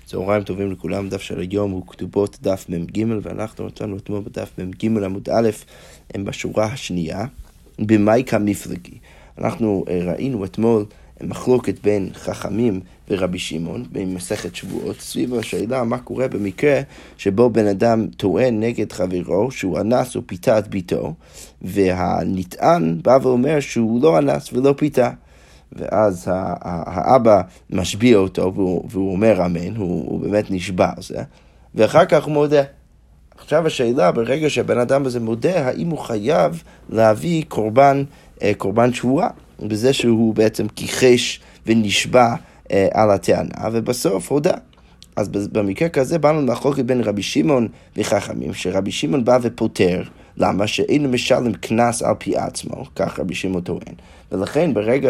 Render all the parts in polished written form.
צהריים טובים לכולם, דף של היום הוא כתובות דף מ"ג, ואנחנו נתנו אתמול בדף מ"ג עמוד א' בשורה השנייה, במייקה מפלגי. אנחנו ראינו אתמול מחלוקת בין חכמים ורבי שמעון במסכת שבועות, סביב השאלה מה קורה במקרה שבו בן אדם טוען נגד חברו שהוא אנס או פיתה את ביתו, והנטען בא ואומר שהוא לא אנס ולא פיתה. ואז האבא משביע אותו והוא אומר אמן, הוא באמת נשבע על זה, ואחר כך הוא מודה. עכשיו השאלה, ברגע שהבן אדם הזה מודה, האם הוא חייב להביא קורבן שבועה, בזה שהוא בעצם כיחש ונשבע על הטענה, ובסוף הודה. אז במקרה כזה באנו למחלוקת בין רבי שמעון וחכמים, שרבי שמעון בא ופותר, למה? שאין משלם קנס על פי עצמו, כך רבי שמעון טוען. ולכן ברגע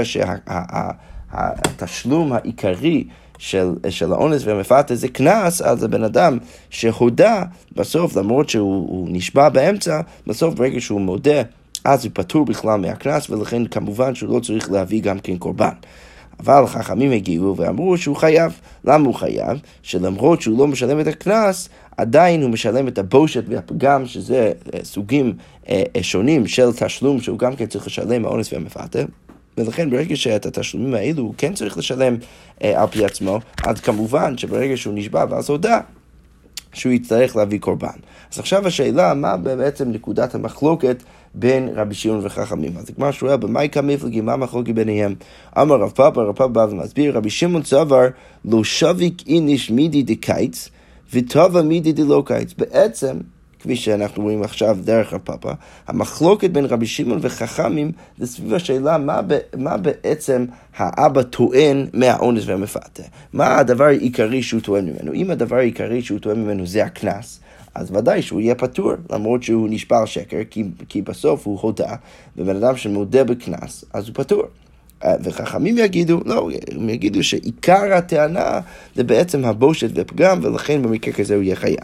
שהתשלום העיקרי של האונס והמפתה זה קנס, אז הבן אדם שהודה בסוף, למרות שהוא נשבע באמצע, בסוף ברגע שהוא מודה, אז הוא פטור בכלל מהקנס, ולכן כמובן שהוא לא צריך להביא גם כן קורבן. אבל חכמים הגיעו ואמרו שהוא חייב. למה הוא חייב? שלמרות שהוא לא משלם את הקנס, עדיין הוא משלם את הבושת והפגם, שזה סוגים שונים של תשלום שהוא גם כן צריך לשלם האונס והמפתה. ולכן ברגע שאת התשלומים האלו הוא כן צריך לשלם על פי עצמו, אז כמובן שברגע שהוא נשבע ואז הודה, שהוא יצטרך להביא קורבן. אז עכשיו השאלה, מה בעצם נקודת המחלוקת בין רבי שמעון וחכמים? אז כמו שואל, במייקה מפלגי, מה המחלוקת ביניהם? אמר רב פאפא בא ומסביר, רבי שמעון סבר, לא שביק איניש מידי דקיץ, וטובה מידי דלא קיץ. בעצם, כפי שאנחנו רואים עכשיו דרך רב פאפא, המחלוקת בין רבי שמעון וחכמים, זה סביב השאלה, מה בעצם האבא טוען מהאונס והמפתה? מה הדבר העיקרי שהוא טוען ממנו? אם הדבר העיקרי שהוא טוען ממנו זה הקנס, אז ודאי שהוא יהיה פטור, למרות שהוא נשבע על שקר, כי בסוף הוא הודה, ובן אדם שמודה בקנס, אז הוא פטור. וחכמים יגידו, לא, הם יגידו שעיקר הטענה זה בעצם הבושת ופגם, ולכן במקרה כזה הוא יהיה חייב.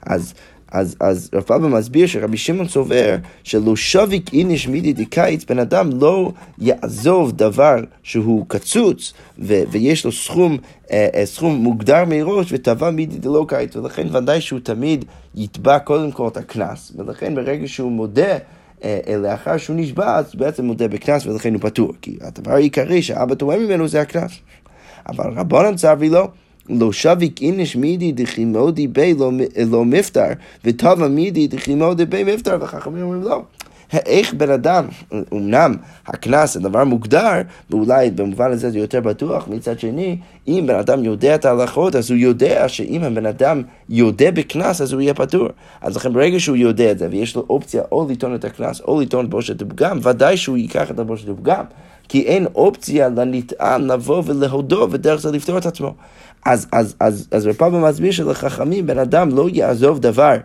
אז רב פאפא מסביר שרבי שמעון סובר שלא שביק איניש מידי דקיץ, בן אדם לא יעזוב דבר שהוא קצוץ ויש לו סכום מוגדר מראש וטבע מידי דלא קיץ, ולכן ודאי שהוא תמיד יתבע קודם כל את הקנס, ולכן ברגע שהוא מודה לאחר שהוא נשבע, אז בעצם מודה בקנס ולכן הוא פטור, כי הדבר העיקרי שהאבא טוען ממנו זה הקנס. אבל רבנן צווי לו, לא שביק איניש מידי דחימודי בי לא מפטר, וטבע מידי דחימודי בי מפטר, וחכמים אומרים לא. איך בן אדם, אמנם הקנס זה דבר מוגדר, ואולי במובן הזה זה יותר בטוח, מצד שני, אם בן אדם יודע את ההלכות, אז הוא יודע שאם הבן אדם יודע בקנס, אז הוא יהיה פטור. אז לכן ברגע שהוא יודע את זה, ויש לו אופציה או לטעון את הקנס, או לטעון בושת ופגם, ודאי שהוא ייקח את הבושת ופגם, כי אין אופציה לנטען לבוא ולהודו, ודרך זה לפתור את עצמו. אז רב פאפא מסביר שלחכמים בן אדם לא יעזוב דבר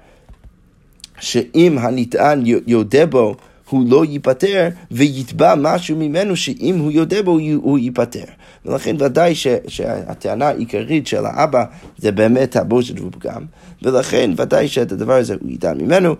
שאם הנטען יודע בו הוא לא ייפטר, ויתבע משהו ממנו שאם הוא יודע בו הוא ייפטר. ולכן ודאי שהטענה העיקרית של האבא זה באמת הבושת ופגם, ולכן ודאי שאת הדבר הזה הוא ידע ממנו,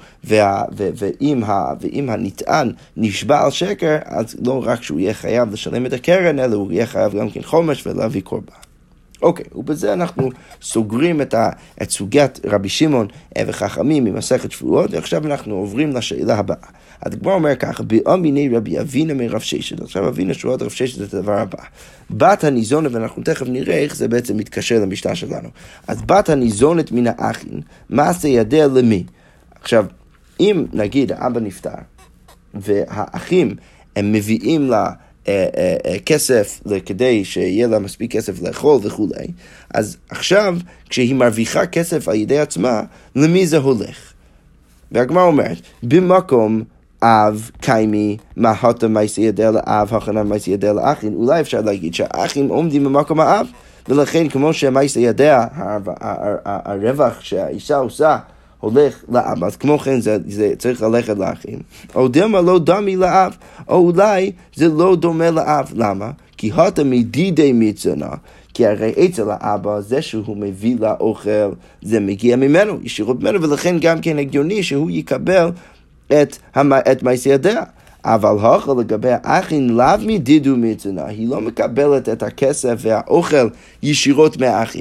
ואם הנטען נשבע על שקר, אז לא רק שהוא יהיה חייב לשלם את הקרן, אלא הוא יהיה חייב גם כן חומש ולהביא קורבן. אוקיי, ובזה אנחנו סוגרים את סוגיית רבי שמעון וחכמים ממסכת שבועות, ועכשיו אנחנו עוברים לשאלה הבאה. הדגמרא אומר ככה, באמיני רבי אבינה מרב ששת. עכשיו אבינה שורת רב ששת זה הדבר הבא. בת הניזונת, ואנחנו תכף נראה איך זה בעצם מתקשר למשנה שלנו. אז בת הניזונת מן האחין, מעשה ידיה למי? עכשיו, אם נגיד האבא נפטר, והאחים הם מביאים לה כסף כדי שיהיה לה מספיק כסף לאכול וכו'. אז עכשיו, כשהיא מרוויחה כסף על ידי עצמה, למי זה הולך? והגמרא אומרת, במקום אב קיימי, מהתה מייסי ידיה לאב, הכנה מייסי ידיה לאחין, אולי אפשר להגיד שהאחים עומדים במקום האב, ולכן כמו שמייסי ידיה, הרווח שהאישה עושה, הולך לאב, אז כמו כן זה צריך ללכת לאחים. או דמה לא דמי לאב, או אולי זה לא דומה לאב. למה? כי התה מדידי מצונה, כי הרי אצל האבא זה שהוא מביא לה אוכל, זה מגיע ממנו, ישירות ממנו, ולכן גם כן הגיוני שהוא יקבל את מייסי ידיה. אבל האוכל לגבי האחים לאו מדידו מצונה, היא לא מקבלת את הכסף והאוכל ישירות מהאחים,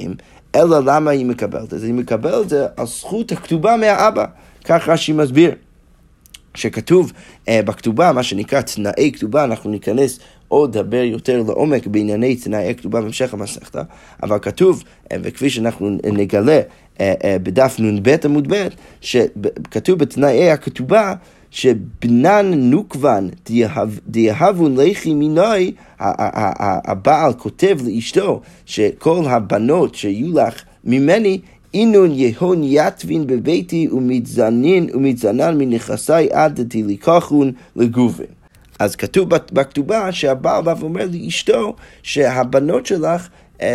אלא למה היא מקבלת? אז היא מקבלת את זה על זכות הכתובה מהאבא. כך רש"י מסביר. שכתוב בכתובה, מה שנקרא תנאי כתובה, אנחנו ניכנס עוד דבר יותר לעומק בענייני תנאי כתובה בהמשך המסכתא, אבל כתוב, וכפי שאנחנו נגלה בדף נ"ב עמוד ב', שכתוב בתנאי הכתובה, שבנן נוקבן דיהבון לכי מינוי, הבעל כותב לאשתו שכל הבנות שיהיו לך ממני, אינון יהון יתבין בביתי ומצנן מנכסי עד תלקחון לגובן. אז כתוב בכתובה שהבעל בא ואומר לאשתו שהבנות שלך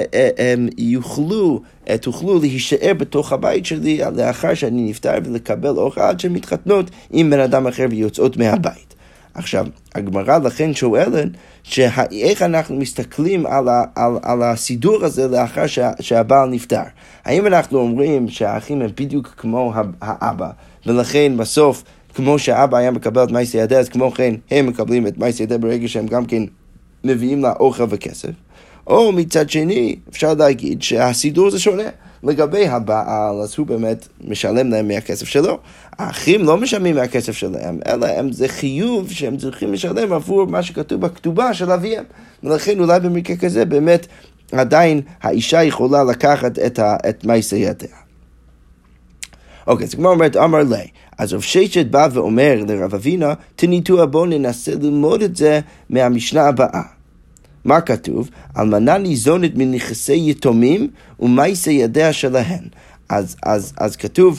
תוכלו להישאר בתוך הבית שלי לאחר שאני נפטר ולקבל אוכל עד שהן מתחתנות עם בן אדם אחר ויוצאות מהבית. עכשיו, הגמרא לכן שואלת שאיך אנחנו מסתכלים על הסידור הזה לאחר שהבעל נפטר. האם אנחנו אומרים שהאחים הם בדיוק כמו האבא, ולכן בסוף, כמו שהאבא היה מקבל את מייסי ידיה, אז כמו כן הם מקבלים את מייסי ידיה ברגע שהם גם כן מביאים לה אוכל וכסף? או מצד שני, אפשר להגיד שהסידור זה שונה. לגבי הבעל, אז הוא באמת משלם להם מהכסף שלו. האחים לא משלמים מהכסף שלהם, אלא זה חיוב שהם צריכים לשלם עבור מה שכתוב בכתובה של אביהם. ולכן אולי במקרה כזה באמת עדיין האישה יכולה לקחת את מייסי ידיה. אוקיי, אז כמו אומרת, אמר לי, אז רב ששת בא ואומר לרב אבינה, תניתו, בואו ננסה ללמוד את זה מהמשנה הבאה. מה כתוב? אלמנה ניזונת מנכסי יתומים ומייסי ידיה שלהן. אז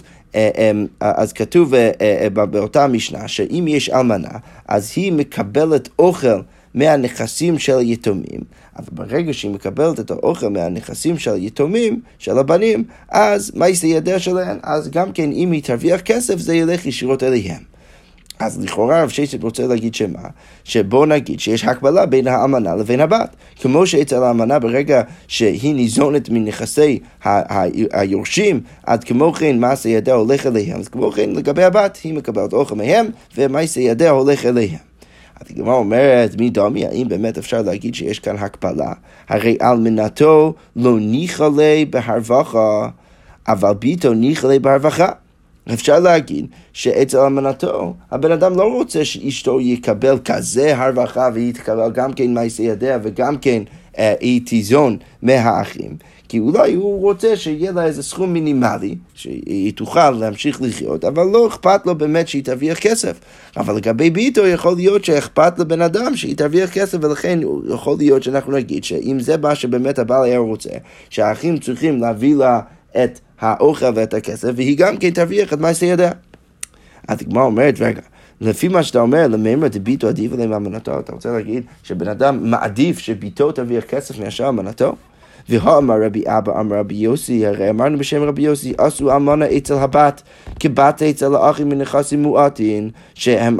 כתוב באותה משנה שאם יש אלמנה, אז היא מקבלת אוכל מהנכסים של יתומים, אבל ברגע שהיא מקבלת את האוכל מהנכסים של יתומים, של הבנים, אז מייסי ידיה שלהן, אז גם כן אם היא תרוויח כסף זה ילך ישירות אליהם. אז לכאורה רב ששת רוצה להגיד שמה? שבוא נגיד שיש הקבלה בין האלמנה לבין הבת. כמו שאצל האלמנה ברגע שהיא ניזונת מנכסי היורשים, עד כמו כן מעשה ידיה הולך אליהם, אז כמו כן לגבי הבת היא מקבלת אוכל מהם, ומעשה ידיה הולך אליהם. אז הגמרא אומרת, מי דמי, האם באמת אפשר להגיד שיש כאן הקבלה? הרי אלמנתו לא ניחא ליה בהרווחה, אבל ביתו ניחא ליה בהרווחה. אפשר להגיד שאצל אלמנתו, הבן אדם לא רוצה שאשתו יקבל כזה הרווחה, והיא תקבל גם כן מייסי ידיה, וגם כן היא תיזון מהאחים. כי אולי הוא רוצה שיהיה לה איזה סכום מינימלי, שהיא תוכל להמשיך לחיות, אבל לא אכפת לו באמת שהיא תרוויח כסף. אבל לגבי ביתו יכול להיות שאכפת לבן אדם שהיא תרוויח כסף, ולכן יכול להיות שאנחנו נגיד שאם זה מה שבאמת הבעל היה רוצה, שהאחים צריכים להביא לה את האוכל ואת הכסף, והיא גם כן תרוויח את מייסי ידיה. אז הגמרא אומרת, רגע, לפי מה שאתה אומר, למאמר דביתו עדיף עליהם אלמנתו, אתה רוצה להגיד שבן אדם מעדיף שביתו תרוויח כסף מאשר אלמנתו? והאמר רבי אבא אמר רבי יוסי, הרי אמרנו בשם רבי יוסי, עשו אלמנה אצל הבת כבת אצל האחים מנכסים מועטין, שהם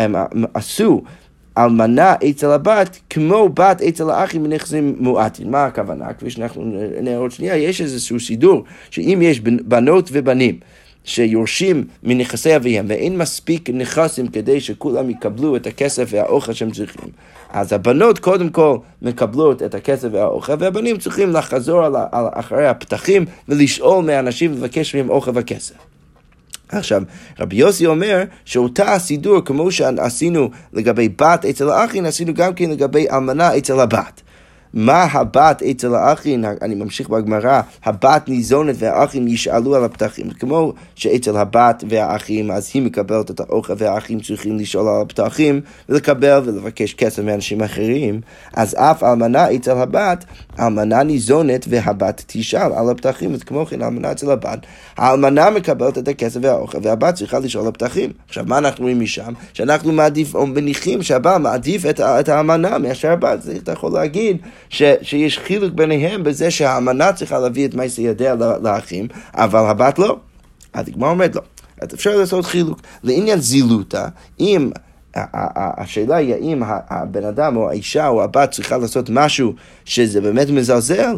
עשו אלמנה אצל הבת כמו בת אצל האחים מנכסים מועטין. מה הכוונה? כפי שאנחנו נראה עוד שנייה, יש איזשהו סידור שאם יש בנות ובנים שיורשים מנכסי אביהם ואין מספיק נכסים כדי שכולם יקבלו את הכסף והאוכל שהם צריכים, אז הבנות קודם כל מקבלות את הכסף והאוכל, והבנים צריכים לחזור אחרי הפתחים ולשאול מהאנשים לבקש מהם אוכל וכסף. עכשיו, רבי יוסי אומר שאותה הסידור כמו שעשינו לגבי בת אצל האחים, עשינו גם כן לגבי אלמנה אצל הבת. מה הבת אצל האחים? אני ממשיך בגמרא, הבת ניזונת והאחים ישאלו על הפתחים. כמו שאצל הבת והאחים, אז היא מקבלת את האוכל והאחים צריכים לשאול על הפתחים ולקבל ולבקש כסף מאנשים אחרים. אז אף אלמנה אצל הבת, אלמנה ניזונת והבת תשאל על הפתחים. אז כמו כן אלמנה אצל הבת, האלמנה מקבלת את הכסף והאוכל והבת צריכה לשאול על הפתחים. עכשיו מה אנחנו רואים משם? שאנחנו מניחים שהבעל מעדיף את האלמנה מאשר הבת. זה אתה יכול להגיד שיש חילוק ביניהם בזה שהאלמנה צריכה להביא את מייסי ידיה לאחים, אבל הבת לא. אז הגמרא אומרת לא. אז אפשר לעשות חילוק. לעניין זילותה, אם השאלה היא האם הבן אדם או האישה או הבת צריכה לעשות משהו שזה באמת מזלזל,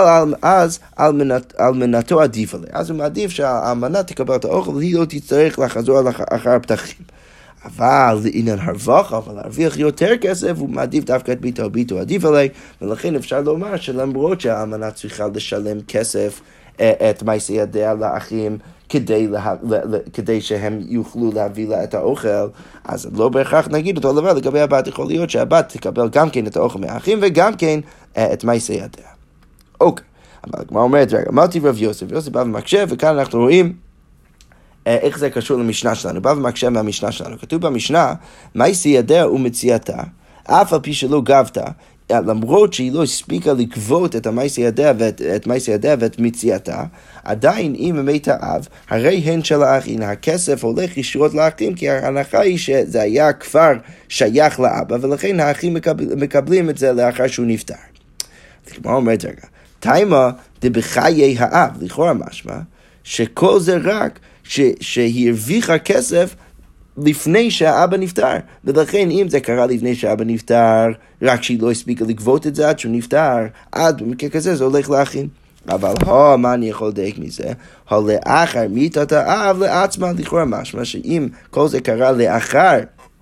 אז אלמנתו עדיף עליה. אז הוא מעדיף שהאלמנה תקבל את האוכל והיא לא תצטרך לחזור אחר הפתחים. אבל לעניין הרווחה, אבל להרוויח יותר כסף, הוא מעדיף דווקא את ביתו עדיף עלי, ולכן אפשר לומר שלמרות שהאלמנה צריכה לשלם כסף את מעשה ידיה לאחים כדי שהם יוכלו להביא לה את האוכל, אז לא בהכרח נגיד אותו דבר לגבי הבת. יכול להיות שהבת תקבל גם כן את האוכל מהאחים וגם כן את מעשה ידיה. אוקיי, אבל הגמרא אומרת, רגע, אמרתי רב יוסף, יוסף בא ומקשה, וכאן אנחנו רואים איך זה קשור למשנה שלנו. בא ומקשה מהמשנה שלנו. כתוב במשנה, מעשה ידיה ומציאתה, אף על פי שלא גבתה, למרות שהיא לא הספיקה לגבות את מעשה ידיה ואת מציאתה, עדיין אם בבית האב, הרי הן של האחים, הכסף הולך ישירות לאחים, כי ההנחה היא שזה היה כבר שייך לאבא, ולכן האחים מקבלים את זה לאחר שהוא נפטר. כמו אומרת רגע, תימה דבחיי האב, לכאורה משמע, שכל זה רק שהיא הרוויחה כסף לפני שהאבא נפטר, ולכן אם זה קרה לפני שהאבא נפטר, רק שהיא לא הספיקה לגבות את זה עד שהוא נפטר, עד במקרה כזה זה הולך לאחים. אבל מה אני יכול לדייק מזה? לאחר מיתת האב לעצמה, לכאורה משמע שאם כל זה קרה לאחר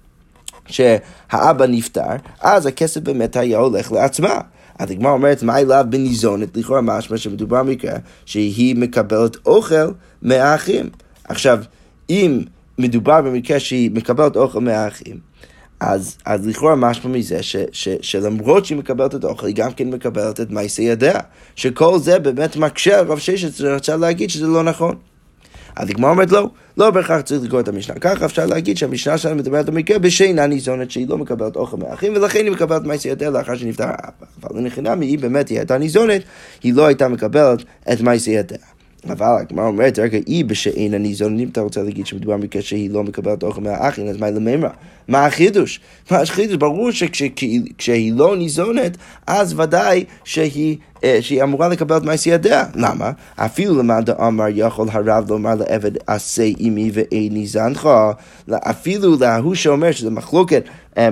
שהאבא נפטר, אז הכסף באמת היה הולך לעצמה. אז הגמרא אומרת, מה אליו בניזונת? לכאורה משמע שמדובר מקרה שהיא מקבלת אוכל מהאחים. עכשיו, אם מדובר במקרה שהיא מקבלת אוכל מהאחים, אז לכאורה משמע מזה שלמרות שהיא מקבלת את האוכל, היא גם כן מקבלת את מעשה ידיה. שכל זה באמת מקשה, רב ששת רצה להגיד שזה לא נכון. אז הגמרא אומרת לא בהכרח צריך לקרוא את המשנה. ככה אפשר להגיד שהמשנה שלנו מדברת במקרה בשאינה ניזונת, שהיא לא מקבלת אוכל מהאחים, ולכן היא מקבלת מעשה ידיה לאחר שנפטר האבא. אבל לחינם היא באמת הייתה ניזונת, היא לא הייתה מקבלת את מעשה ידיה. אבל הגמרא אומרת, רגע, היא בשאינה ניזונת, אם אתה רוצה להגיד שמדובר במקרה שהיא לא מקבלת אוכל מהאחים, אז מה לממרה? מה החידוש? ברור שכשהיא לא ניזונת, אז ודאי שהיא אמורה לקבל את מעשה ידיה. למה? אפילו למען דאמר יכול הרב לומר לעבד עשה עמי ואיני זנך, אפילו להוא שאומר שזה מחלוקת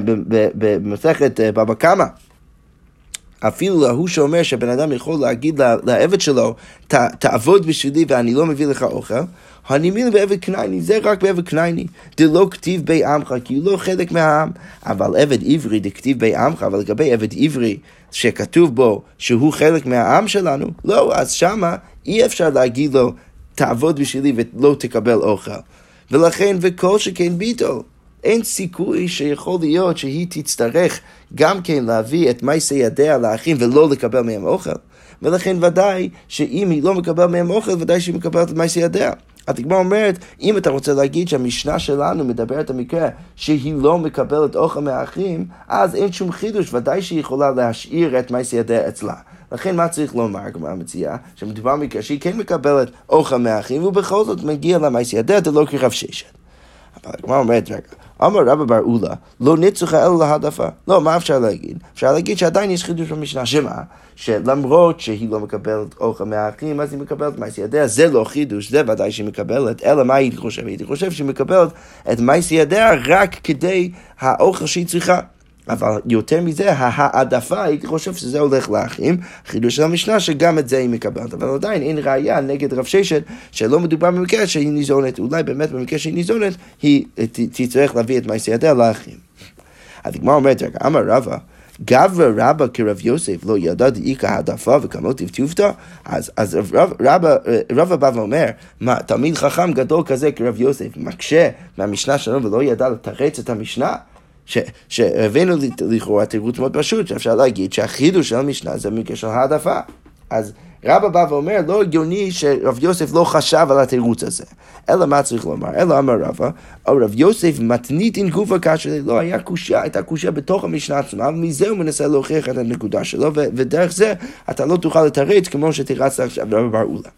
במסכת בבא קמא, אפילו להוא שאומר שבן אדם יכול להגיד לעבד שלו, תעבוד בשבילי ואני לא מביא לך אוכל, הנימין בעבד כנעני, זה רק בעבד כנעני, דלא כתיב בי עמך, כי הוא לא חלק מהעם. אבל עבד עברי דכתיב בי עמך, אבל לגבי עבד עברי שכתוב בו שהוא חלק מהעם שלנו, לא, אז שמה אי אפשר להגיד לו, תעבוד בשבילי ולא תקבל אוכל. ולכן וכל שכן ביטול. אין סיכוי שיכול להיות שהיא תצטרך גם כן להביא את מעשה ידיה לאחים ולא לקבל מהם אוכל. ולכן ודאי שאם היא לא מקבל מהם אוכל, ודאי שהיא מקבלת את מעשה ידיה. הגמרא אומרת, אם אתה רוצה להגיד שהמשנה שלנו מדברת המקרה שהיא לא מקבלת אוכל מהאחים, אז אין שום חידוש, ודאי שהיא יכולה להשאיר את מעשה ידיה אצלה. לכן מה צריך לומר, הגמרא מציעה, שמדובר במקרה שהיא כן מקבלת אוכל מהאחים, ובכל זאת מגיע למעשה ידיה, זה לא כרב ששת. אבל הגמרא אומרת, רגע, אמר רבא בר אולה, לא ניצחה אלא להעדפה. לא, מה אפשר להגיד? אפשר להגיד שעדיין יש חידוש במשנה. שמה? שלמרות שהיא לא מקבלת אוכל מהאחים, אז היא מקבלת מעשה ידיה. זה לא חידוש, זה ודאי שהיא מקבלת. אלא מה היא חושבת? היא חושבת שהיא מקבלת את מעשה ידיה רק כדי האוכל שהיא צריכה. אבל יותר מזה, העדפה, הייתי חושב שזה הולך לאחים, חידוש של המשנה שגם את זה היא מקבלת, אבל עדיין אין ראייה נגד רב ששת, שלא מדובר במקרה שהיא ניזונת, אולי באמת במקרה שהיא ניזונת, היא תצטרך להביא את מעשה ידיה לאחים. הגמרא אומרת, רגע, אמר רבא, גבר רבא כרב יוסף לא ידע דאיכא העדפה וכמות תפתיפתא, אז רבא בא ואומר, מה, תלמיד חכם גדול כזה כרב יוסף, מקשה מהמשנה שלנו ולא ידע לתרץ את המשנה? שהבאנו לכאורה תירוץ מאוד פשוט, שאפשר להגיד שהחידוש של המשנה זה מקרה של העדפה. אז רבא בא ואומר, לא הגיוני שרב יוסף לא חשב על התירוץ הזה. אלא מה צריך לומר? אלא אמר רבא, או רב יוסף מתנית עם גופה כאשר לא הייתה קושיה בתוך המשנה עצמה, ומזה הוא מנסה להוכיח את הנקודה שלו, ודרך זה אתה לא תוכל לתרץ כמו שתרצת עכשיו רבא בר אולה.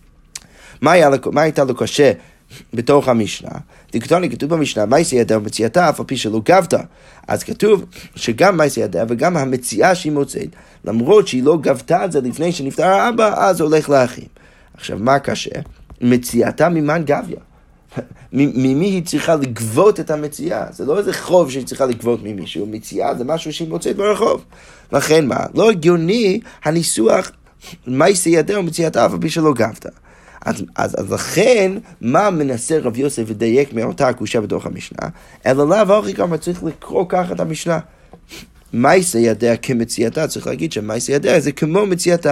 מה הייתה לו קשה בתוך המשנה? כתוב במשנה, מעשה ידיה ומציאתה אף על פי שלא גבתה. אז כתוב שגם מעשה ידיה וגם המציאה שהיא מוצאת, למרות שהיא לא גבתה את זה לפני שנפטר האבא, אז הולך לאחים. עכשיו, מה קשה? מציאתה ממן גביה. ממי היא צריכה לגבות את המציאה? זה לא איזה חוב שהיא צריכה לגבות ממישהו. מציאה זה משהו שהיא מוצאת ברחוב. לכן מה? לא הגיוני הניסוח מעשה ידיה ומציאתה אף על פי שלא גבתה. אז לכן, מה מנסה רב יוסף לדייק מאותה הקושיה בתוך המשנה? אלא לאו הכי כמה צריך לקרוא ככה את המשנה. מעשה ידיה כמציאתה, צריך להגיד שמעשה ידיה זה כמו מציאתה.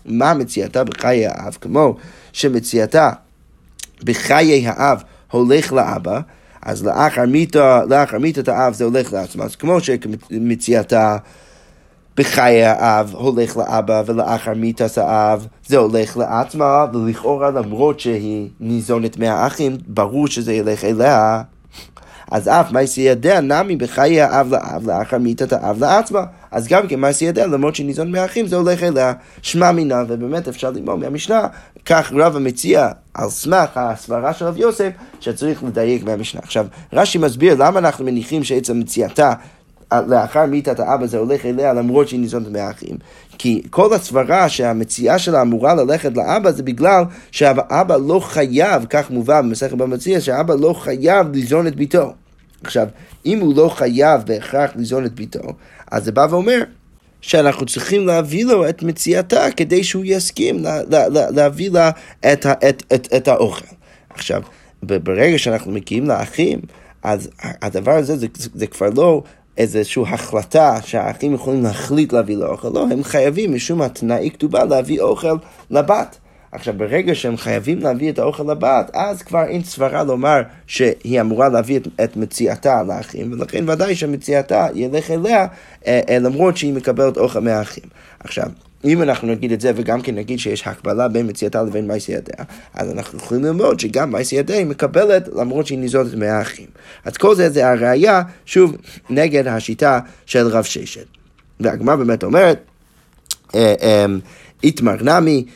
מה מציאתה בחיי האב? כמו שמציאתה בחיי האב הולך לאבא, אז לאחר מיתת האב זה הולך לעצמה. אז כמו שמציאתה בחיי האב הולך לאבא, ולאחר מיתת האב זה הולך לעצמה, ולכאורה למרות שהיא ניזונת מהאחים, ברור שזה ילך אליה. אז אף מעשיידיה נמי בחיי האב לאב, לאחר מיתת האב לעצמה. אז גם כן מעשיידיה, למרות שהיא ניזון מהאחים, זה הולך אליה. שמע מינה, ובאמת אפשר ללמוד מהמשנה, כך רב המציע על סמך הסברה של רב יוסף, שצריך לדייק מהמשנה. עכשיו, רש"י מסביר למה אנחנו מניחים שעצם מציאתה לאחר מיתת האבא זה הולך אליה למרות שהיא ניזונת מהאחים. כי כל הסברה שהמציאה שלה אמורה ללכת לאבא זה בגלל שהאבא לא חייב, כך מובא במסכת בבא מציעא, שהאבא לא חייב ליזון את ביתו. עכשיו, אם הוא לא חייב בהכרח ליזון את ביתו, אז זה בא ואומר שאנחנו צריכים להביא לו את מציאתה כדי שהוא יסכים להביא לה את האוכל. עכשיו, ברגע שאנחנו מגיעים לאחים, אז הדבר הזה זה כבר לא איזושהי החלטה שהאחים יכולים להחליט להביא לו אוכל. לא, הם חייבים משום התנאי כתובה להביא אוכל לבת. עכשיו, ברגע שהם חייבים להביא את האוכל לבת, אז כבר אין סברה לומר שהיא אמורה להביא את מציאתה לאחים, ולכן ודאי שמציאתה ילך אליה, למרות שהיא מקבלת אוכל מהאחים. עכשיו, אם אנחנו נגיד את זה, וגם כן נגיד שיש הקבלה בין מציאתה לבין מעשיידיה, אז אנחנו יכולים ללמוד שגם מעשיידיה היא מקבלת, למרות שהיא ניזונת מהאחים. אז כל זה הראייה, שוב, נגד השיטה של רב ששת. והגמרא באמת אומרת, איתמר נמי,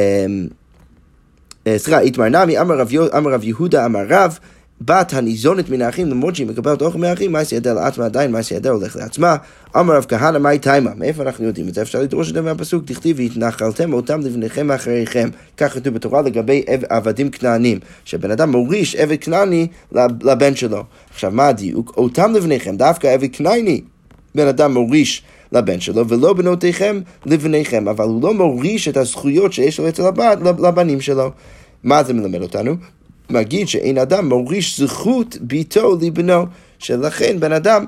אמר רב יהודה, אמר רב, בת הניזונת מן האחים, למרות שהיא מקבלת אוכל מהאחים, מעשיידיה לעצמה עדיין, מעשיידיה הולך לעצמה. אמר רב כהנא, מהי תימא? מאיפה אנחנו יודעים את זה? אפשר לדרוש את זה מהפסוק, דכתיב והתנחלתם אותם לבניכם מאחריכם. כך כתוב בתורה לגבי עבדים כנענים, שבן אדם מוריש עבד כנעני לבן שלו. עכשיו, מה הדיוק? אותם לבניכם, דווקא עבד כנעני, בן אדם מוריש לבן שלו, ולא בנותיכם לבניכם, אבל הוא לא מוריש את הזכויות שיש לו אצל לבנים שלו. מה זה מלמד אותנו? מגיד שאין אדם מוריש זכות ביתו לבנו, שלכן בן אדם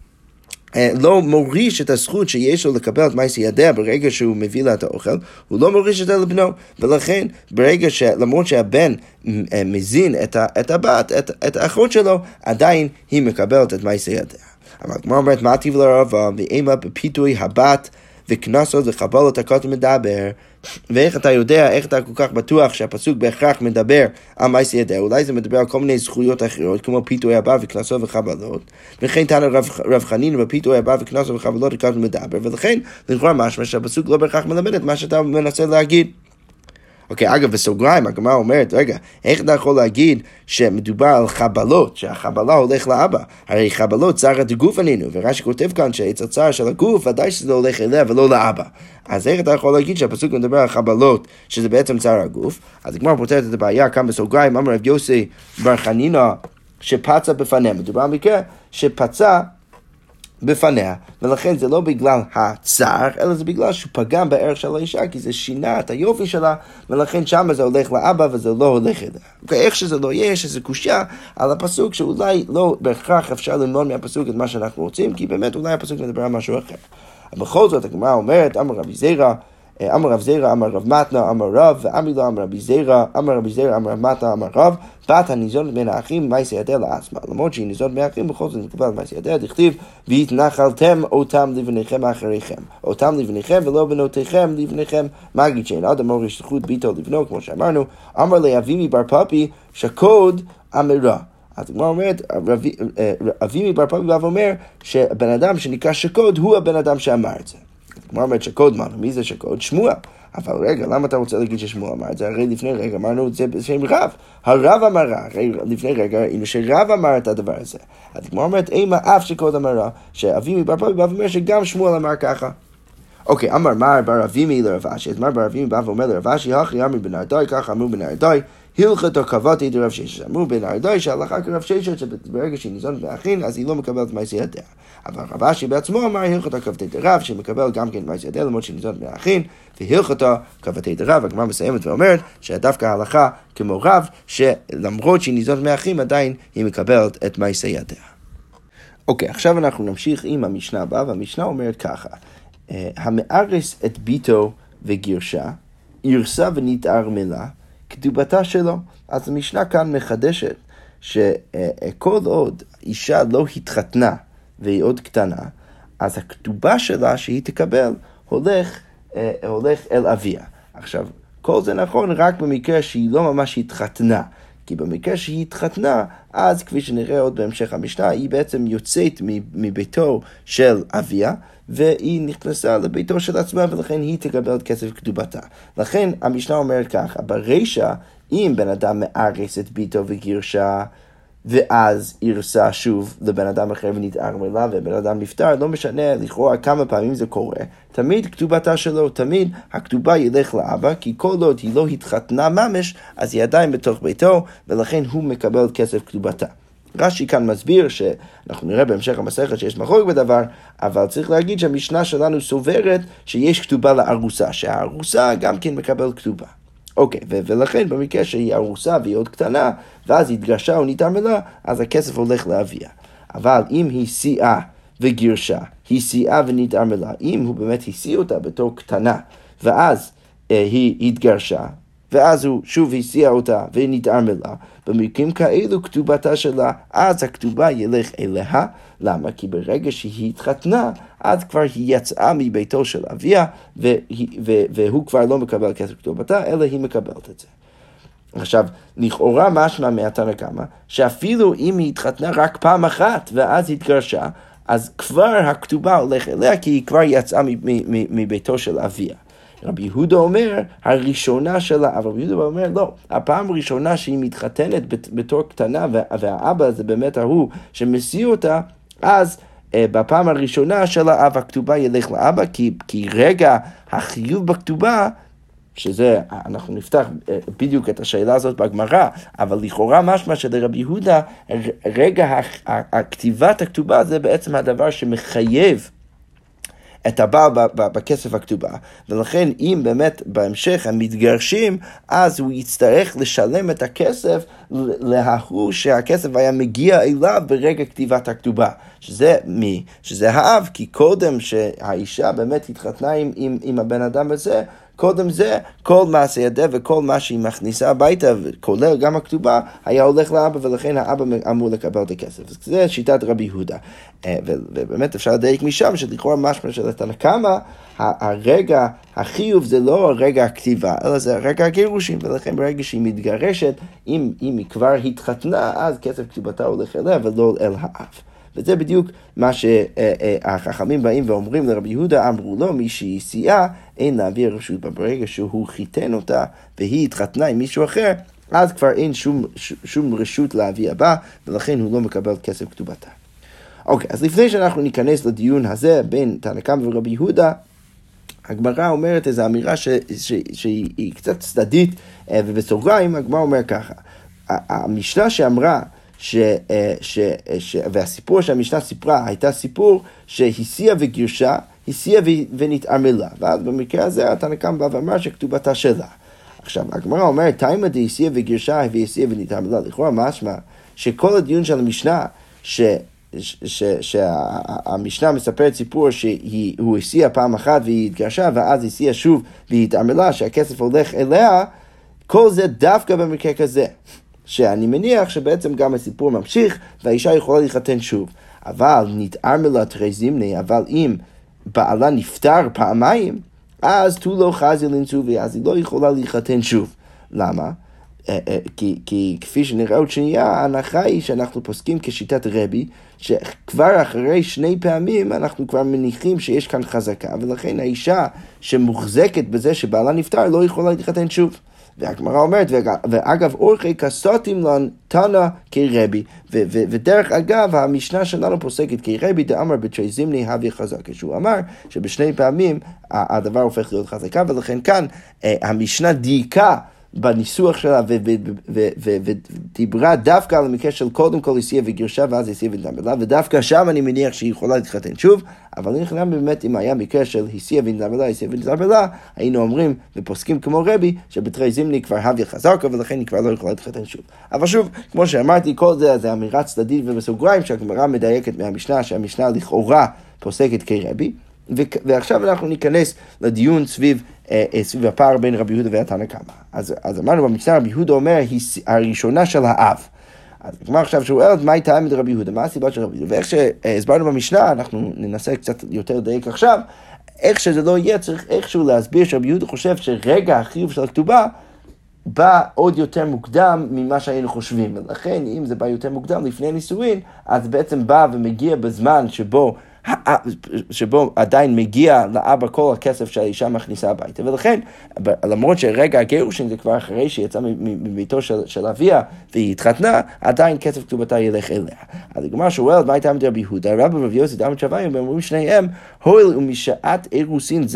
לא מוריש את הזכות שיש לו לקבל את מעשיידיה ברגע שהוא מביא לה את האוכל, הוא לא מוריש את זה לבנו, ולכן ברגע למרות שהבן מזין את הבת, את האחות שלו, עדיין היא מקבלת את מעשיידיה. אבל כמו אומרת, מה טיב לרבה, ואימה בפיתוי הבת וכנסות וחבלות הקוטן מדבר, ואיך אתה יודע, איך אתה כל כך בטוח שהפסוק בהכרח מדבר על מעשיידיה? אולי זה מדבר על כל מיני זכויות אחרות, כמו פיתוי הבת וכנסות וחבלות, וכן תנא רב חנינא בפיתוי הבת וכנסות וחבלות הקוטן מדבר, ולכן לכאורה משמע שהפסוק לא בהכרח מלמד את מה שאתה מנסה להגיד. אוקיי, אגב, בסוגריים, הגמרא אומרת, רגע, איך אתה יכול להגיד שמדובר על חבלות, שהחבלה הולך לאבא? הרי חבלות צער הגוף עלינו, ורש"י כותב כאן שאצל צער של הגוף, ודאי שזה הולך אליה ולא לאבא. אז איך אתה יכול להגיד שהפסוק מדבר על חבלות, שזה בעצם צער הגוף? אז הגמרא פותרת את הבעיה כאן בסוגריים, אמר רב יוסי בר חנינא שפצע בפניה. מדובר על מקרה שפצע בפניה, ולכן זה לא בגלל הצער, אלא זה בגלל שהוא פגם בערך של האישה, כי זה שינה את היופי שלה, ולכן שם זה הולך לאבא וזה לא הולך אליה. אוקיי, איך שזה לא יהיה, שזה קושיה על הפסוק, שאולי לא בהכרח אפשר ללמוד מהפסוק את מה שאנחנו רוצים, כי באמת אולי הפסוק מדבר על משהו אחר. אבל בכל זאת, הגמרא אומרת, אמר רבי זירא, אמר רב זירא, אמר רב מתנא, אמר רב, ואמרי לו אמר רבי זירא, אמר רב מתנא, אמר רב, בת הניזונת בין האחים מעשיידיה לעצמה. למרות שהיא ניזונת מהאחים, בכל זאת מקבלת מעשיידיה, דכתיב, והתנחלתם אותם לבניכם מאחריכם. אותם לבניכם ולא בנותיכם לבניכם. מה אגיד שאין אדם מוריש זכות ביתו לבנו, כמו שאמרנו, אמר לאבימי בר פפי, שקוד אמרה. אז הגמרא אומרת, אבימי בר פפי בא ואומר, שבן אדם שנקרא שקוד הוא הבן אדם שאמר את זה. כמו אומרת שקוד, מי זה שקוד? שמוע. אבל רגע, למה אתה רוצה להגיד ששמוע אמר את זה? הרי לפני רגע אמרנו את זה בשם רב. הרב אמרה, הרי לפני רגע ראינו שרב אמר את הדבר הזה. אז כמו אומרת, אימה אף שקוד אמרה, שאבימי בר פפי בא ואומר שגם שמוע אמר ככה. אוקיי, אמר מר בר אבימי לרב אשי, אז מר בר אבימי בא ואומר לרב אשי, הכי אמר בן ארדאי, ככה אמרו בן ארדאי, הלכתו קבעתי דרב ששת. אמרו בן ארדאי שהלכה כרב ששת, שברגע שהיא ניזונת מהאחים, אז היא לא מקבלת מעשיידיה. אבל רב אשי בעצמו אמר, הלכתו קבעתי דרב, שמקבל גם כן מעשיידיה, למרות שהיא ניזונת מהאחים, והלכתו קבעתי דרב. הגמרא מסיימת ואומרת, שדווקא ההלכה כמו רב, שלמרות שהיא ניזונת מהאחים, עדיין היא מקבלת את מעשיידיה. אוקיי, עכשיו אנחנו נמשיך עם המשנה הבאה, והמשנה אומרת ככה, המארס את ביתו וגירשה, ערסה ונתערמלה, כתובתה שלו. אז המשנה כאן מחדשת שכל עוד אישה לא התחתנה והיא עוד קטנה, אז הכתובה שלה שהיא תקבל הולך אל אביה. עכשיו, כל זה נכון רק במקרה שהיא לא ממש התחתנה. כי במקרה שהיא התחתנה, אז כפי שנראה עוד בהמשך המשנה, היא בעצם יוצאת מביתו של אביה, והיא נכנסה לביתו של עצמה, ולכן היא תקבל את כסף כתובתה. לכן המשנה אומרת ככה, ברישה, אם בן אדם מארס את ביתו וגירשה, ואז ירסה שוב לבן אדם אחר ונתערמלה, ובן אדם נפטר, לא משנה לכאורה כמה פעמים זה קורה, תמיד כתובתה שלו, תמיד הכתובה ילך לאבא, כי כל עוד היא לא התחתנה ממש, אז היא עדיין בתוך ביתו, ולכן הוא מקבל כסף כתובתה. רש"י כאן מסביר שאנחנו נראה בהמשך המסכת שיש מחלוקת בדבר, אבל צריך להגיד שהמשנה שלנו סוברת שיש כתובה לארוסה, שהארוסה גם כן מקבל כתובה. אוקיי, ולכן במקרה שהיא ארוסה והיא עוד קטנה, ואז היא התגרשה או נתערמלה, אז הכסף הולך לאביה. אבל אם היא סייעה וגירשה, היא סייעה ונתערמלה, אם הוא באמת הסיא אותה בתור קטנה, ואז היא התגרשה, ואז הוא שוב הסיע אותה ונתערמלה, במקרים כאלו כתובתה שלה, אז הכתובה ילך אליה. למה? כי שהיא התחתנה, אז כבר היא יצאה מביתו של אביה, והוא כבר לא מקבל כסף כתובתה, אלא היא מקבלת את זה. עכשיו, לכאורה משמע מהתנא קמא, שאפילו אם היא התחתנה רק פעם אחת, ואז התגרשה, אז כבר הכתובה הולך אליה, כי היא כבר יצאה מביתו של אביה. רבי יהודה אומר, הראשונה שלה, אבל רבי יהודה אומר, לא, הפעם הראשונה שהיא מתחתנת בתור קטנה, והאבא זה באמת ההוא שמסיע אותה, אז בפעם הראשונה של האב הכתובה ילך לאבא, כי רגע החיוב בכתובה, שזה, אנחנו נפתח בדיוק את השאלה הזאת בגמרא, אבל לכאורה משמע שלרבי יהודה, רגע הכתיבת הכתובה זה בעצם הדבר שמחייב את הבעל בכסף הכתובה, ולכן אם באמת בהמשך הם מתגרשים, אז הוא יצטרך לשלם את הכסף להוא שהכסף היה מגיע אליו ברגע כתיבת הכתובה. שזה מי? שזה האב, כי קודם שהאישה באמת התחתנה עם הבן אדם הזה, קודם זה, כל מעשה ידיה וכל מה שהיא מכניסה הביתה, כולל גם הכתובה, היה הולך לאבא, ולכן האבא אמור לקבל את הכסף. זה שיטת רבי יהודה. ובאמת אפשר לדייק משם, שלכאורה משמע של התנא קמא, הרגע החיוב זה לא רגע הכתיבה, אלא זה רגע הגירושים, ולכן ברגע שהיא מתגרשת, אם היא כבר התחתנה, אז כסף כתובתה הולך אליה ולא אל האב. וזה בדיוק מה שהחכמים באים ואומרים לרבי יהודה, אמרו לו, מי שהיא סייעה, אין להביא רשות. ברגע שהוא חיתן אותה והיא התחתנה עם מישהו אחר, אז כבר אין שום רשות להביא הבא, ולכן הוא לא מקבל כסף כתובתה. אוקיי, אז לפני שאנחנו ניכנס לדיון הזה בין תנא קמא ורבי יהודה, הגמרא אומרת איזו אמירה שהיא קצת צדדית, ובסוגריים הגמרא אומר ככה, המשנה שאמרה, והסיפור שהמשנה סיפרה הייתה סיפור שהסיע וגירשה, הסיע ונתערמלה, ואז במקרה הזה התנא קמא בא ואמר שכתובתה שלה. עכשיו, הגמרא אומרת, תימא דהסיע וגירשה והסיע ונתערמלה, לכאורה משמע שכל הדיון של המשנה, שהמשנה מספרת סיפור שהוא הסיע פעם אחת והיא התגרשה, ואז הסיע שוב והיא התערמלה, שהכסף הולך אליה, כל זה דווקא במקרה כזה. שאני מניח שבעצם גם הסיפור ממשיך, והאישה יכולה להתחתן שוב. אבל נתערמלה תרי זימני, אבל אם בעלה נפטר פעמיים, אז תו לא חזי לנשובי, אז היא לא יכולה להתחתן שוב. למה? כי כפי שנראה עוד שנייה, ההנחה היא שאנחנו פוסקים כשיטת רבי, שכבר אחרי 2 פעמים אנחנו כבר מניחים שיש כאן חזקה, ולכן האישה שמוחזקת בזה שבעלה נפטר לא יכולה להתחתן שוב. והגמרא אומרת, ואגב אורחי כסותים לן תנא כרבי, ודרך אגב המשנה שלנו פוסקת כרבי דאמר בתרי זימני הווה חזקה, שהוא אמר שבשני פעמים הדבר הופך להיות חזקה, ולכן כאן המשנה דייקה בניסוח שלה ודיברה דווקא על המקרה של קודם כל הסיע וגירשה ואז הסיע ונתערמלה, ודווקא שם אני מניח שהיא יכולה להתחתן שוב, אבל אני חושב באמת אם היה מקרה של הסיע ונתערמלה, היינו אומרים ופוסקים כמו רבי שבתרי זימני כבר הווה חזקה ולכן היא כבר לא יכולה להתחתן שוב. אבל שוב, כמו שאמרתי, כל זה אמירה צדדית ובסוגריים שהגמרא מדייקת מהמשנה, שהמשנה לכאורה פוסקת כרבי, ועכשיו אנחנו ניכנס לדיון סביב הפער בין רבי יהודה והתנא קמא. אז אמרנו במשנה, רבי יהודה אומר, היא הראשונה של האב. אז כמו עכשיו שואלת, מה הייתה עמד רבי יהודה? מה הסיבה של רבי יהודה? ואיך שהסברנו במשנה, אנחנו ננסה קצת יותר לדייק עכשיו, איך שזה לא יהיה, צריך איכשהו להסביר שרבי יהודה חושב שרגע החיוב של הכתובה בא עוד יותר מוקדם ממה שהיינו חושבים. ולכן, אם זה בא יותר מוקדם לפני נישואין, אז בעצם בא ומגיע בזמן שבו עדיין מגיע לאבא כל הכסף שהאישה מכניסה הביתה. ולכן, למרות שרגע הגירושין זה כבר אחרי שיצא מביתו של אביה והיא התחתנה, עדיין כסף כתובתה ילך אליה. אז הגמרא שואלת, מה הייתה עמד רבי יהודה? רבא ורבי יוסי דאמר שוויים, ואומרים שניהם, הואיל ומשעת אירוסין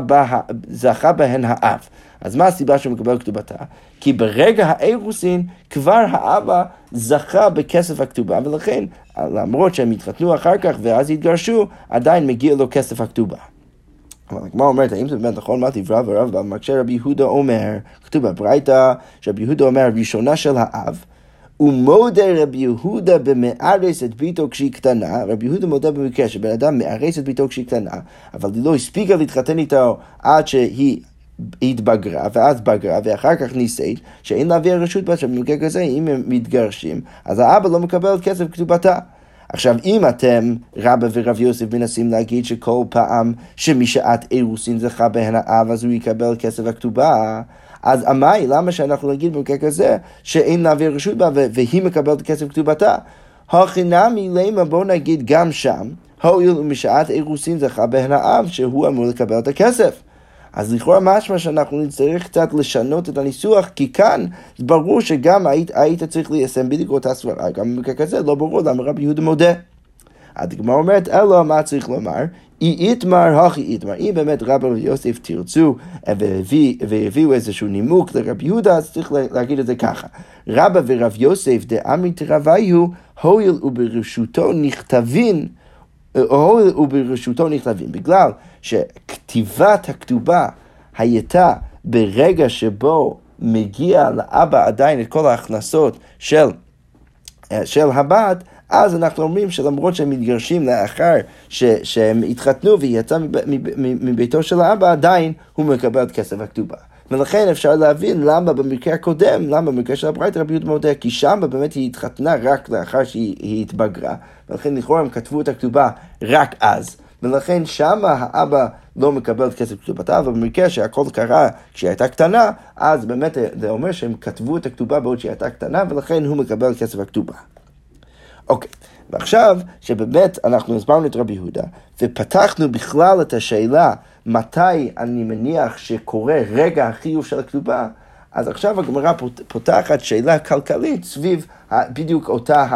זכה בהן האב. אז מה הסיבה שהוא מקבל כתובתה? כי ברגע האירוסין כבר האבא זכה בכסף הכתובה, ולכן למרות שהם התחתנו אחר כך ואז התגרשו, עדיין מגיע לו כסף הכתובה. אבל הגמרא אומרת, האם זה באמת נכון? מה דברי ורב? במקשה רבי יהודה אומר, כתוב בברייתא, שרבי יהודה אומר, הראשונה של האב, ומודה רבי יהודה במארס את ביתו כשהיא קטנה. רבי יהודה מודה במקרה שבן אדם מארס את ביתו כשהיא קטנה, אבל היא לא הספיקה להתחתן איתו עד שהיא התבגרה, ואז בגרה, ואחר כך נישאת, שאין להביא רשות בת, שבמקרה כזה, אם הם מתגרשים, אז האבא לא מקבל כסף כתובתה. עכשיו, אם אתם, רבא ורב יוסף, מנסים להגיד שכל פעם שמשעת אירוסין זכה בהן האב, אז הוא יקבל כסף הכתובה, אז אמי, למה שאנחנו נגיד במקרה כזה, שאין להביא רשות בה, והיא מקבלת כסף כתובתה? הכינמי למה, בוא נגיד גם שם, הואיל ומשעת אירוסין זכה בהן האב, שהוא אמור לקבל את הכסף. אז לכאורה משמע שאנחנו נצטרך קצת לשנות את הניסוח, כי כאן ברור שגם היית צריך ליישם בדיוק אותה סברה, גם במקרה כזה לא ברור למה רבי יהודה מודה. הגמרא אומרת, אלא מה צריך לומר? אי איתמר, הכי איתמר. אם באמת רבא ויוסף תרצו והביאו איזשהו נימוק לרבי יהודה, אז צריך להגיד את זה ככה. רבא ורב יוסף דאמרי תרוויו, הואיל וברשותו נכתבין, בגלל שכתיבת הכתובה הייתה ברגע שבו מגיע לאבא עדיין את כל ההכנסות של הבת, אז אנחנו אומרים שלמרות שהם מתגרשים לאחר שהם התחתנו והיא יצאה מביתו של האבא, עדיין הוא מקבל את כסף הכתובה. ולכן אפשר להבין למה במקרה הקודם, למה במקרה של הברייתא רבי יהודה מודה, כי שם באמת היא התחתנה רק לאחר שהיא התבגרה, ולכן לכאורה הם כתבו את הכתובה רק אז, ולכן שם האבא לא מקבל את כסף כתובתה, אבל במקרה שהכל קרה כשהיא הייתה קטנה, אז באמת זה אומר שהם כתבו את הכתובה בעוד שהיא הייתה קטנה, ולכן הוא מקבל את כסף הכתובה. אוקיי, ועכשיו שבאמת אנחנו הסברנו את רבי יהודה, ופתחנו בכלל את השאלה מתי אני מניח שקורה רגע החיוב של הכתובה, אז עכשיו הגמרא פותחת שאלה כלכלית סביב בדיוק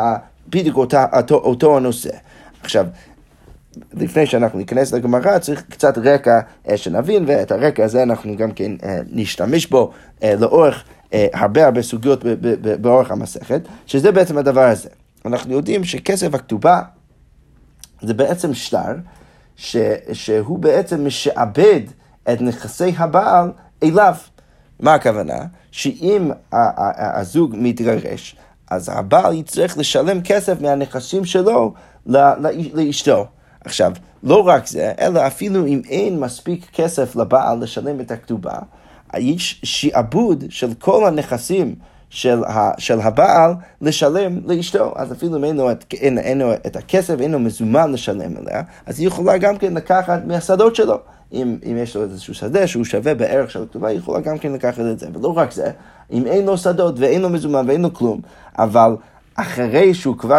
אותו הנושא. עכשיו, לפני שאנחנו ניכנס לגמרא, צריך קצת רקע שנבין, ואת הרקע הזה אנחנו גם כן נשתמש בו לאורך הרבה סוגיות באורך המסכת, שזה בעצם הדבר הזה. אנחנו יודעים שכסף הכתובה זה בעצם שטר שהוא בעצם משעבד את נכסי הבעל אליו. מה הכוונה? שאם הזוג מתגרש, אז הבעל יצטרך לשלם כסף מהנכסים שלו לאשתו. עכשיו, לא רק זה, אלא אפילו אם אין מספיק כסף לבעל לשלם את הכתובה, יש שעבוד של כל הנכסים של הבעל לשלם לאשתו. אז אפילו אם אין לו את הכסף, אין לו מזומן לשלם אליה, אז היא יכולה גם כן לקחת מהשדות שלו. אם יש לו איזשהו שדה שהוא שווה בערך של הכתובה, היא יכולה גם כן לקחת את זה. ולא רק זה, אם אין לו שדות ואין לו מזומן ואין לו כלום, אבל אחרי שהוא כבר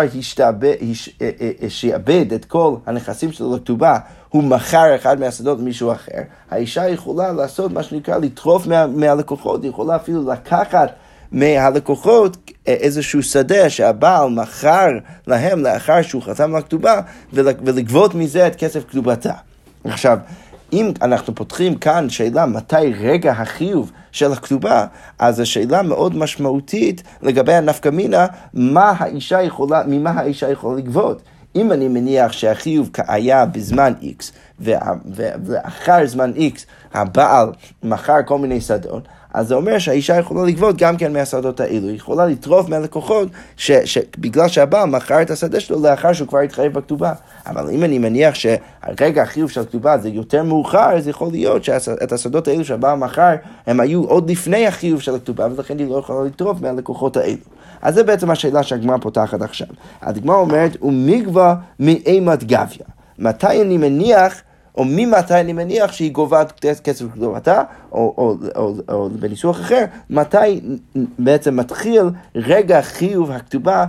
שעבד את כל הנכסים שלו לכתובה, הוא מכר אחד מהשדות למישהו אחר, האישה יכולה לעשות מה שנקרא לטרוף מהלקוחות, היא יכולה אפילו לקחת מהלקוחות איזשהו שדה שהבעל מכר להם לאחר שהוא חתם לכתובה, ולגבות מזה את כסף כתובתה. עכשיו, אם אנחנו פותחים כאן שאלה מתי רגע החיוב של הכתובה, אז השאלה מאוד משמעותית לגבי הנפקא מינה, ממה האישה יכולה לגבות. אם אני מניח שהחיוב היה בזמן X, ואחר זמן X הבעל מכר כל מיני שדות, אז זה אומר שהאישה יכולה לגבות גם כן מהשדות האלו, היא יכולה לטרוף מהלקוחות שבגלל שהבעל מכר את השדה שלו לאחר שהוא כבר התחייב בכתובה. אבל אם אני מניח שהרגע החיוב של הכתובה זה יותר מאוחר, אז יכול להיות שאת השדות האלו שהבעל מכר הם היו עוד לפני החיוב של הכתובה, ולכן היא לא יכולה לטרוף מהלקוחות האלו. אז זה בעצם השאלה שהגמרא פותחת עכשיו. הגמרא אומרת, ומגבה מאימת גביה. מתי אני מניח, או ממתי אני מניח שהיא גובה כסף כתובתה, או בניסוח אחר, מתי בעצם מתחיל רגע חיוב הכתובה,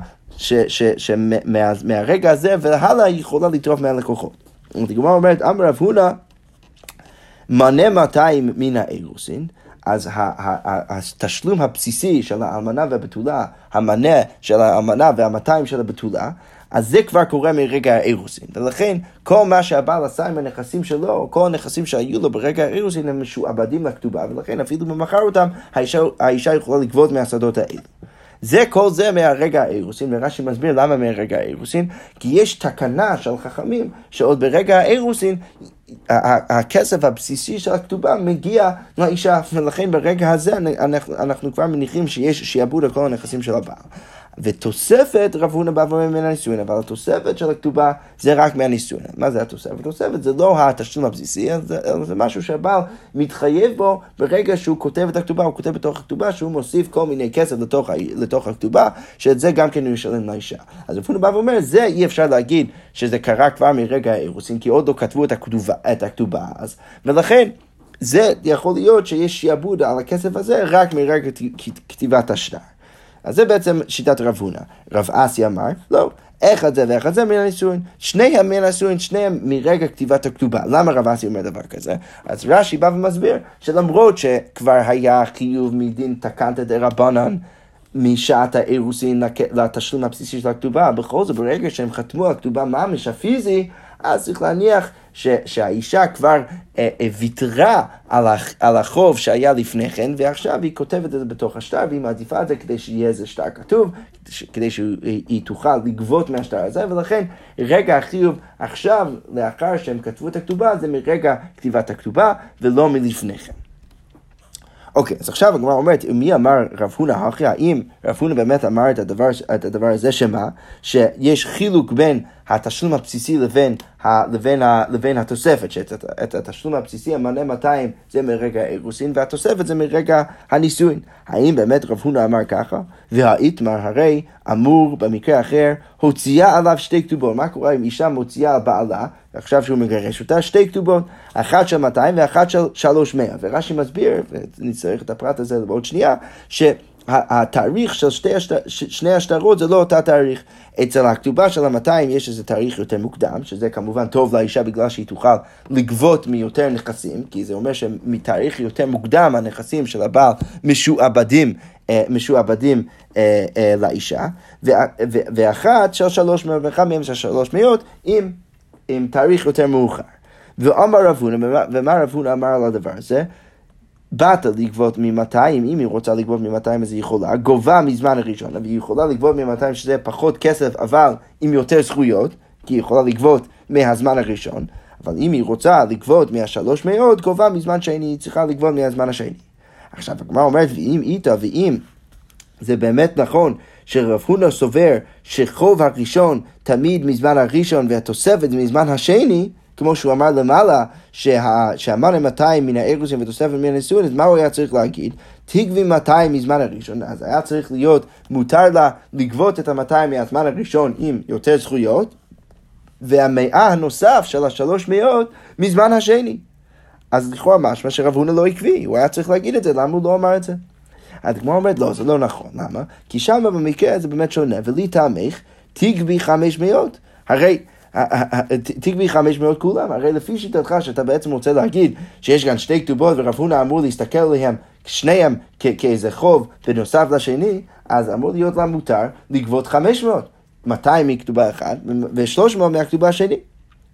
שמהרגע הזה והלאה היא יכולה לטרוף מהלקוחות. הגמרא אומרת, אמר רב הונא, מנה 200 מן האירוסין, אז התשלום הבסיסי של האלמנה והבתולה, המנה של האלמנה וה200 של הבתולה, אז זה כבר קורה מרגע האירוסין. ולכן כל מה שהבעל עשה עם הנכסים שלו, כל הנכסים שהיו לו ברגע האירוסין הם משועבדים לכתובה, ולכן אפילו במחר אותם האישה יכולה לגבות מהשדות האלה. כל זה מהרגע האירוסין, ורש"י מסביר למה מהרגע האירוסין, כי יש תקנה של חכמים שעוד ברגע האירוסין הכסף הבסיסי של הכתובה מגיע לאישה, ולכן ברגע הזה אנחנו כבר מניחים שיש שיעבוד על כל הנכסים של הבעל. ותוספת רב הונא בא ואומר מן הנישואין, אבל התוספת של הכתובה זה רק מהנישואין. מה זה התוספת? התוספת זה לא התשלום הבסיסי, זה משהו שהבעל מתחייב בו ברגע שהוא כותב את הכתובה, הוא כותב בתוך הכתובה שהוא מוסיף כל מיני כסף לתוך הכתובה, שאת זה גם כן הוא ישלם לאישה. אז רב הונא בא ואומר, זה אי אפשר להגיד שזה קרה כבר מרגע האירוסין, כי עוד לא כתבו את הכתובה אז, ולכן זה יכול להיות שיש שיעבוד על הכסף הזה רק מרגע כתיבת השטר. אז זה בעצם שיטת רב הונא. רב אסי אמר, לא, אחד זה ואחד זה מן הנישואין. שניהם מן הנישואין, שניהם מרגע כתיבת הכתובה. למה רב אסי אומר דבר כזה? אז רש"י בא ומסביר שלמרות שכבר היה חיוב מדין תקנתא דרבנן משעת האירוסין לתשלום הבסיסי של הכתובה, בכל זאת ברגע שהם חתמו על הכתובה ממש הפיזי, אז צריך להניח שהאישה כבר ויתרה על החוב שהיה לפני כן, ועכשיו היא כותבת את זה בתוך השטר, והיא מעדיפה את זה כדי שיהיה איזה שטר כתוב, כדי שהיא תוכל לגבות מהשטר הזה, ולכן רגע החיוב עכשיו, לאחר שהם כתבו את הכתובה, זה מרגע כתיבת הכתובה ולא מלפני כן. אוקיי, אז עכשיו הגמרא אומרת, מי אמר רב הונא הכי, האם רב הונא באמת אמר את הדבר הזה שמה? שיש חילוק בין התשלום הבסיסי לבין התוספת, שאת התשלום הבסיסי המנה 200 זה מרגע האירוסין, והתוספת זה מרגע הנישואין. האם באמת רב הונא אמר ככה? והאיתמר הרי אמור במקרה אחר, הוציאה עליו 2 כתובות. מה קורה אם אישה מוציאה על בעלה, עכשיו שהוא מגרש אותה, 2 כתובות, אחת של 200 ואחת של 300. ורש"י מסביר, ונצטרך את הפרט הזה בעוד שנייה, שהתאריך של שני השטרות זה לא אותה תאריך. אצל הכתובה של 200 יש איזה תאריך יותר מוקדם, שזה כמובן טוב לאישה בגלל שהיא תוכל לגבות מיותר נכסים, כי זה אומר שמתאריך יותר מוקדם הנכסים של הבעל משועבדים לאישה, ואחת של 300 ואחת מהם של 300 עם תאריך יותר מאוחר. ואמר רב הונא, ומה רב הונא אמר על הדבר הזה? באת לגבות מ-200, אם היא רוצה לגבות מ-200 אז היא יכולה, גובה מזמן הראשון, אבל היא יכולה לגבות מ-200 שזה פחות כסף, אבל עם יותר זכויות, כי היא יכולה לגבות מהזמן הראשון, אבל אם היא רוצה לגבות מה-300, גובה מזמן שני, היא צריכה לגבות מהזמן השני. עכשיו, הגמרא אומרת, ואם זה באמת נכון שרב הונא סובר שחוב הראשון תמיד מזמן הראשון והתוספת מזמן השני, כמו שהוא אמר למעלה, שהמנה 200 מן האירוסין ותוספת מן הנישואין, אז מה הוא היה צריך להגיד? תגבי 200 מזמן הראשון, אז היה צריך להיות מותר לה לגבות את 200 מהזמן הראשון עם יותר זכויות, והמאה הנוסף של 300 מזמן השני. אז לכאורה משמע שרב הונא לא עקבי, הוא היה צריך להגיד את זה, למה הוא לא אמר את זה? הגמרא אומרת, לא, זה לא נכון, למה? כי שם במקרה זה באמת שונה, ולי תעמך, תגבי 500, הרי תגבי 500 כולם, הרי לפי שיטתך שאתה בעצם רוצה להגיד שיש כאן 2 כתובות ורב הונא אמור להסתכל עליהם שניהם כאיזה חוב בנוסף לשני, אז אמור להיות לה מותר לגבות 500, 200 מכתובה אחת ו300 מהכתובה השני.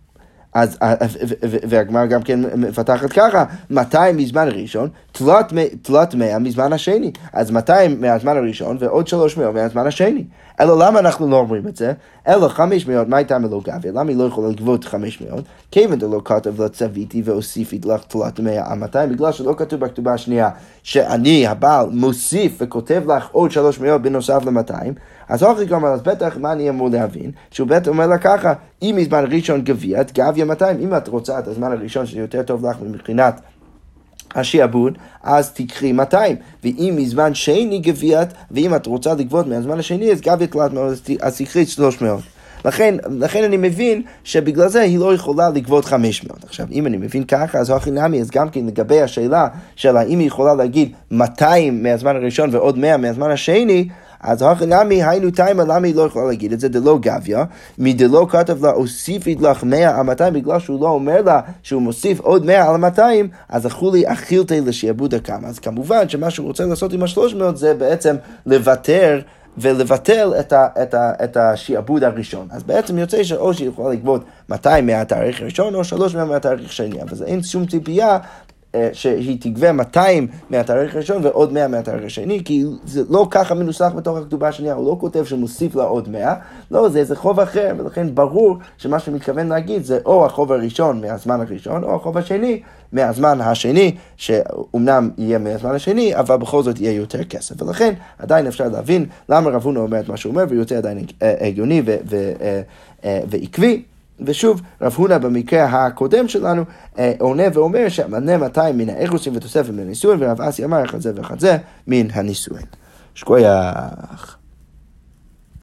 אז, והגמרא גם כן מפתחת ככה, 200 מזמן הראשון, תלת 100 מזמן השני. אז 200 מהזמן הראשון ועוד 300 מהזמן השני. אלא למה אנחנו לא אומרים את זה? אלא 500, מה הייתה מלא גביה? למה היא לא יכולה לגבות 500? כיוון דלא כתב לה צוויתי והוסיפית לך תלת 100 200, בגלל שלא כתוב בכתובה השנייה שאני הבעל מוסיף וכותב לך עוד 300 בנוסף ל-200, אז הוכי גם אז בטח מה אני אמור להבין? שהוא בטח אומר לה ככה, אם מזמן ראשון גביית, גביה 200, אם את רוצה את הזמן הראשון שיותר טוב לך מבחינת השיעבוד, אז תקחי 200, ואם מזמן שני גביית, ואם את רוצה לגבות מהזמן השני, אז גביה תלת 100, אז תקחי 300. לכן אני מבין שבגלל זה היא לא יכולה לגבות 500. עכשיו, אם אני מבין ככה, אז הכי נמי, אז גם כן לגבי השאלה של האם היא יכולה להגיד 200 מהזמן הראשון ועוד 100 מהזמן השני, אז הכי נמי, היינו תימה, למה היא לא יכולה להגיד את זה? דלא גביה, מדלא כתב לה, הוסיפית לך 100 על 200, בגלל שהוא לא אומר לה שהוא מוסיף עוד 100 על 200, אז אכולי אכילתי לשיעבוד הכמה. אז כמובן שמה שהוא רוצה לעשות עם ה-300 זה בעצם לוותר ולבטל את השיעבוד הראשון. אז בעצם יוצא שאו שהיא יכולה לגבות 200 מהתאריך הראשון, או 300 מהתאריך השני. אבל אין שום ציפייה שהיא תגבה 200 מהתאריך הראשון ועוד 100 מהתאריך השני, כי זה לא ככה מנוסח בתוך הכתובה השנייה, הוא לא כותב שמוסיף לה עוד 100, לא, זה חוב אחר, ולכן ברור שמה שמתכוון להגיד זה או החוב הראשון מהזמן הראשון, או החוב השני מהזמן השני, שאומנם יהיה מהזמן השני, אבל בכל זאת יהיה יותר כסף. ולכן עדיין אפשר להבין למה רב הונא אומר את מה שהוא אומר, ויותר עדיין הגיוני ועקבי. ושוב, רב הונא במקרה הקודם שלנו עונה ואומר שמנה 200 מן האירוסין ותוספת מן הנישואין, ורב אסי אמר אחד זה ואחד זה מן הנישואין. שכוייח.